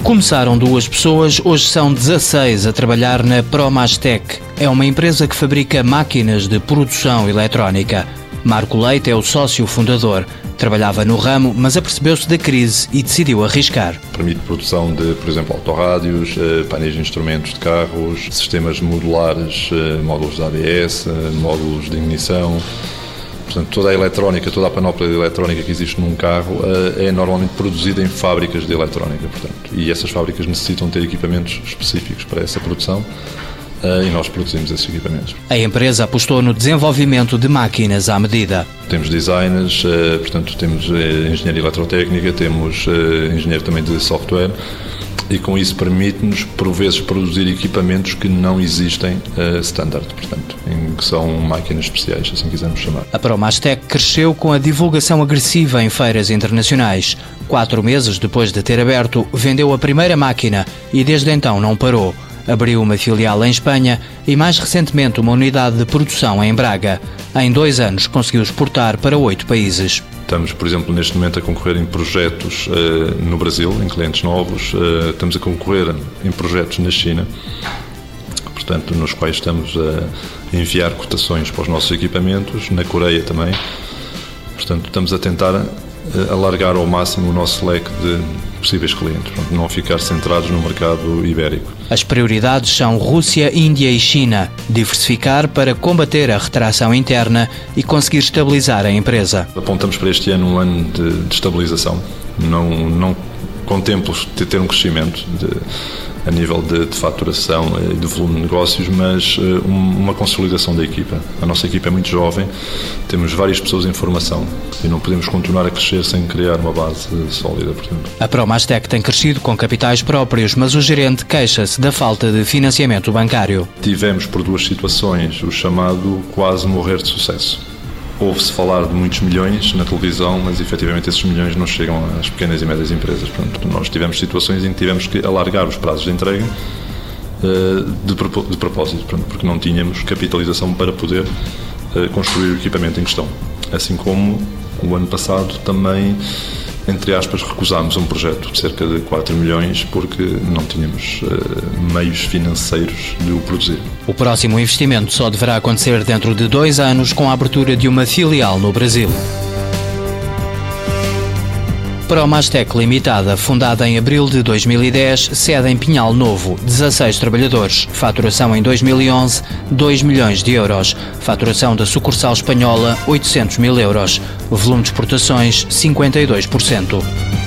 Começaram 2 pessoas, hoje são 16 a trabalhar na Promastec. É uma empresa que fabrica máquinas de produção eletrónica. Marco Leite é o sócio fundador. Trabalhava no ramo, mas apercebeu-se da crise e decidiu arriscar. Permite produção de, por exemplo, autorrádios, painéis de instrumentos de carros, sistemas modulares, módulos de ABS, módulos de ignição. Portanto, toda a eletrónica, toda a panóplia de eletrónica que existe num carro é normalmente produzida em fábricas de eletrónica. Portanto, e essas fábricas necessitam ter equipamentos específicos para essa produção. E nós produzimos esses equipamentos. A empresa apostou no desenvolvimento de máquinas à medida. Temos designers, portanto temos engenharia eletrotécnica, temos engenheiro também de software e com isso permite-nos, por vezes, produzir equipamentos que não existem standard, portanto, que são máquinas especiais, assim quisermos chamar. A Promastec cresceu com a divulgação agressiva em feiras internacionais. 4 meses depois de ter aberto, vendeu a primeira máquina e desde então não parou. Abriu uma filial em Espanha e, mais recentemente, uma unidade de produção em Braga. Em 2 anos, conseguiu exportar para 8 países. Estamos, por exemplo, neste momento a concorrer em projetos no Brasil, em clientes novos. Estamos a concorrer em projetos na China, portanto, nos quais estamos a enviar cotações para os nossos equipamentos, na Coreia também. Portanto, estamos a tentar alargar ao máximo o nosso leque de possíveis clientes, portanto, não ficar centrados no mercado ibérico. As prioridades são Rússia, Índia e China. Diversificar para combater a retração interna e conseguir estabilizar a empresa. Apontamos para este ano um ano de estabilização. Não contemplo ter um crescimento a nível de faturação e de volume de negócios, mas uma consolidação da equipa. A nossa equipa é muito jovem, temos várias pessoas em formação e não podemos continuar a crescer sem criar uma base sólida. Portanto. A Promastec tem crescido com capitais próprios, mas o gerente queixa-se da falta de financiamento bancário. Tivemos por 2 situações o chamado quase morrer de sucesso. Ouve-se falar de muitos milhões na televisão, mas efetivamente esses milhões não chegam às pequenas e médias empresas. Portanto, nós tivemos situações em que tivemos que alargar os prazos de entrega de propósito, porque não tínhamos capitalização para poder construir o equipamento em questão. Assim como o ano passado também, entre aspas, recusámos um projeto de cerca de 4 milhões porque não tínhamos meios financeiros de o produzir. O próximo investimento só deverá acontecer dentro de 2 anos com a abertura de uma filial no Brasil. Promastec Limitada, fundada em abril de 2010, sede em Pinhal Novo, 16 trabalhadores, faturação em 2011, 2 milhões de euros, faturação da sucursal espanhola, 800 mil euros, volume de exportações, 52%.